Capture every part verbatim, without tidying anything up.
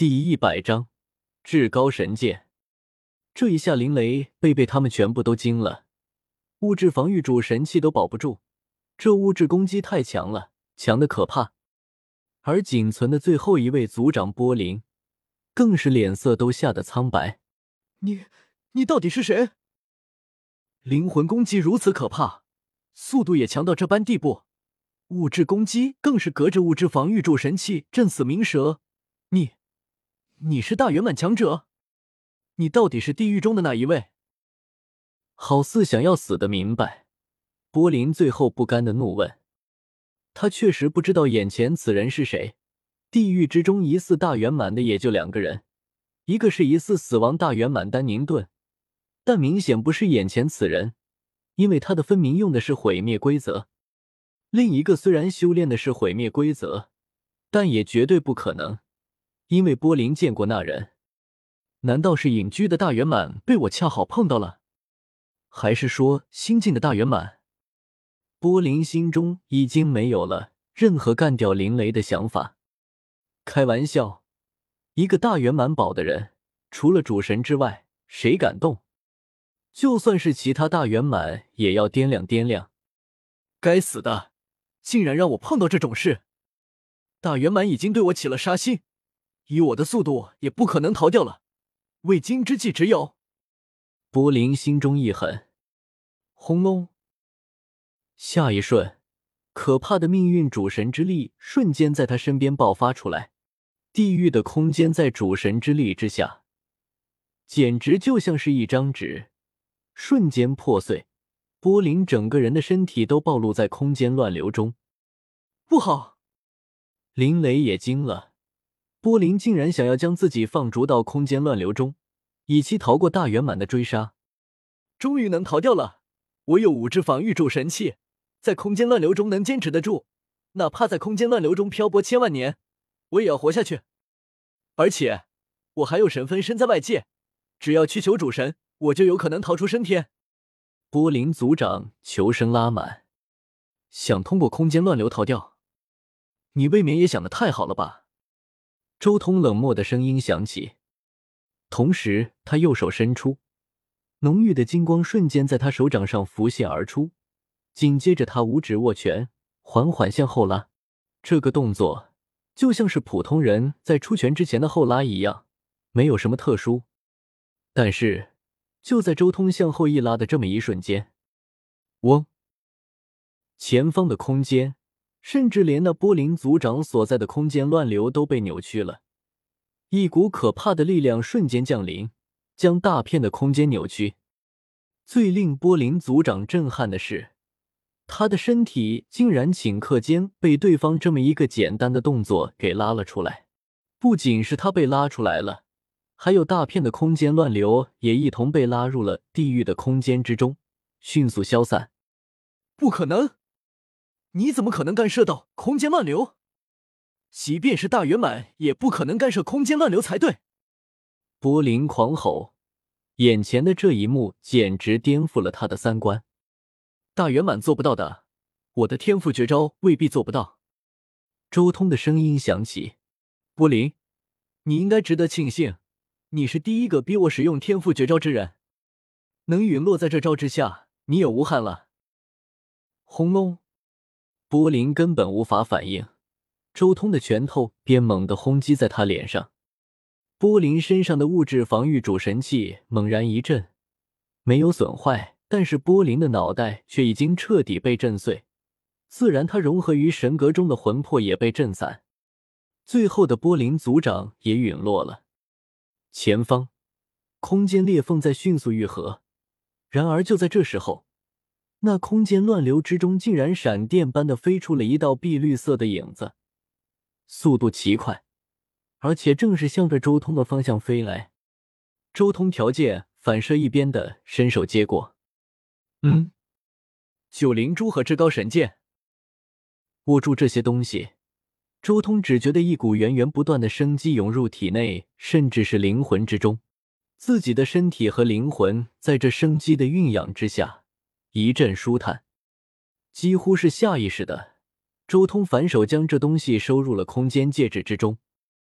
第一百章至高神剑。这一下林雷被被他们全部都惊了，物质防御主神器都保不住，这物质攻击太强了，强得可怕。而仅存的最后一位族长波林更是脸色都吓得苍白。 你你到底是谁？灵魂攻击如此可怕，速度也强到这般地步，物质攻击更是隔着物质防御主神器震死冥蛇。你你是大圆满强者？你到底是地狱中的哪一位？ 好似想要死的明白，波林最后不甘的怒问。他确实不知道眼前此人是谁，地狱之中疑似大圆满的也就两个人，一个是疑似死亡大圆满丹宁顿，但明显不是眼前此人，因为他的分明用的是毁灭规则。另一个虽然修炼的是毁灭规则，但也绝对不可能，因为波林见过那人。难道是隐居的大圆满被我恰好碰到了？还是说新晋的大圆满？波林心中已经没有了任何干掉林雷的想法。开玩笑，一个大圆满宝的人，除了主神之外，谁敢动？就算是其他大圆满，也要掂量掂量。 该死的，竟然让我碰到这种事！大圆满已经对我起了杀心，以我的速度也不可能逃掉了。未经之计只有…… 波林心中一狠，轰隆！下一瞬，可怕的命运主神之力瞬间在他身边爆发出来，地狱的空间在主神之力之下，简直就像是一张纸，瞬间破碎。波林整个人的身体都暴露在空间乱流中。 不好！ 林雷也惊了。波林竟然想要将自己放逐到空间乱流中，以期逃过大圆满的追杀。 终于能逃掉了！我有五只防御主神器，在空间乱流中能坚持得住，哪怕在空间乱流中漂泊千万年，我也要活下去。而且我还有神分身在外界，只要去求主神，我就有可能逃出升天。 波林族长求声拉满， 想通过空间乱流逃掉？你未免也想得太好了吧？ 周通冷漠的声音响起，同时他右手伸出，浓郁的金光瞬间在他手掌上浮现而出，紧接着他五指握拳，缓缓向后拉。这个动作就像是普通人在出拳之前的后拉一样，没有什么特殊。但是就在周通向后一拉的这么一瞬间，嗡！前方的空间，甚至连那波林族长所在的空间乱流都被扭曲了，一股可怕的力量瞬间降临，将大片的空间扭曲。最令波林族长震撼的是，他的身体竟然顷刻间被对方这么一个简单的动作给拉了出来。不仅是他被拉出来了，还有大片的空间乱流也一同被拉入了地狱的空间之中，迅速消散。 不可能！你怎么可能干涉到空间乱流？即便是大圆满也不可能干涉空间乱流才对。 波林狂吼，眼前的这一幕简直颠覆了他的三观。 大圆满做不到的，我的天赋绝招未必做不到。 周通的声音响起。 波林，你应该值得庆幸，你是第一个逼我使用天赋绝招之人，能陨落在这招之下，你也无憾了。 轰隆！波林根本无法反应，周通的拳头便猛地轰击在他脸上。波林身上的物质防御主神器猛然一震，没有损坏，但是波林的脑袋却已经彻底被震碎，自然他融合于神格中的魂魄也被震散。最后的波林族长也陨落了。前方空间裂缝在迅速愈合，然而就在这时候，那空间乱流之中竟然闪电般的飞出了一道碧绿色的影子，速度奇快，而且正是向着周通的方向飞来。周通条件反射一边的伸手接过。 嗯，九灵珠和至高神剑。 握住这些东西，周通只觉得一股源源不断的生机涌入体内，甚至是灵魂之中。自己的身体和灵魂在这生机的蕴养之下一阵舒坦，几乎是下意识的，周通反手将这东西收入了空间戒指之中。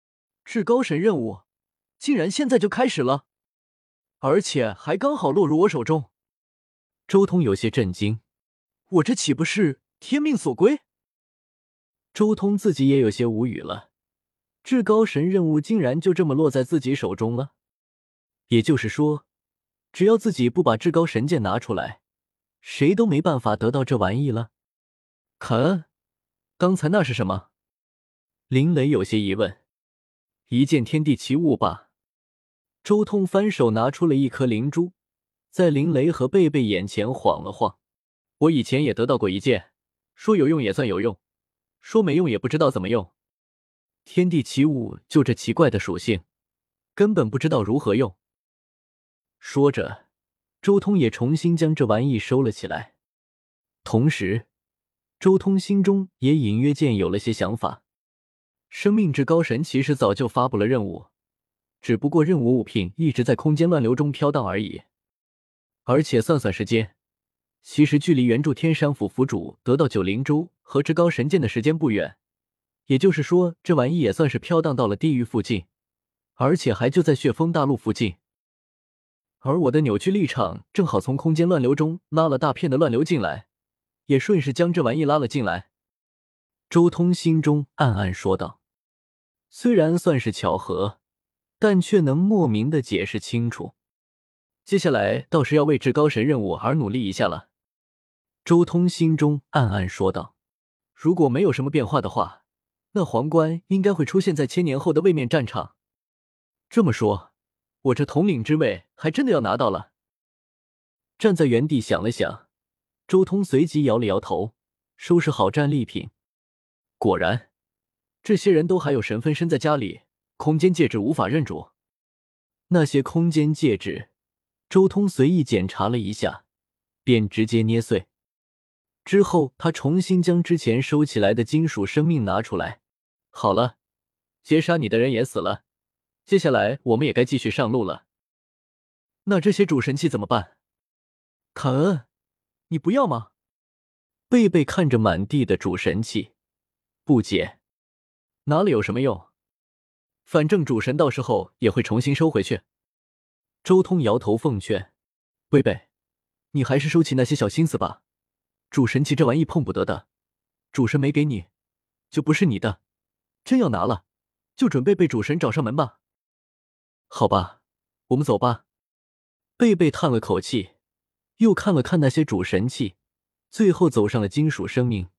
至高神任务竟然现在就开始了，而且还刚好落入我手中。 周通有些震惊， 我这岂不是天命所归？ 周通自己也有些无语了，至高神任务竟然就这么落在自己手中了。也就是说，只要自己不把至高神剑拿出来，谁都没办法得到这玩意了。 凯恩，刚才那是什么？ 林雷有些疑问。一件天地奇物吧。周通翻手拿出了一颗灵珠，在林雷和贝贝眼前晃了晃。我以前也得到过一件，说有用也算有用，说没用也不知道怎么用。天地奇物就这奇怪的属性，根本不知道如何用。说着，周通也重新将这玩意收了起来。同时，周通心中也隐约间有了些想法。生命之高神其实早就发布了任务，只不过任务物品一直在空间乱流中飘荡而已。而且算算时间，其实距离原著天山府府主得到九灵珠和至高神剑的时间不远，也就是说，这玩意也算是飘荡到了地狱附近，而且还就在血峰大陆附近。而我的扭曲力场正好从空间乱流中拉了大片的乱流进来，也顺势将这玩意拉了进来。周通心中暗暗说道，虽然算是巧合，但却能莫名的解释清楚。接下来倒是要为至高神任务而努力一下了。周通心中暗暗说道，如果没有什么变化的话，那皇冠应该会出现在千年后的位面战场。这么说，我这统领之位还真的要拿到了。站在原地想了想，周通随即摇了摇头，收拾好战利品。果然，这些人都还有神分身在家里，空间戒指无法认主。那些空间戒指，周通随意检查了一下，便直接捏碎。之后，他重新将之前收起来的金属生命拿出来。好了，劫杀你的人也死了，接下来我们也该继续上路了。 那这些主神器怎么办？凯恩，你不要吗？ 贝贝看着满地的主神器，不解， 拿了有什么用？反正主神到时候也会重新收回去。 周通摇头奉劝， 贝贝，你还是收起那些小心思吧。主神器这玩意碰不得的，主神没给你，就不是你的。真要拿了，就准备被主神找上门吧。 好吧，我们走吧。贝贝叹了口气，又看了看那些主神器，最后走上了金属生命。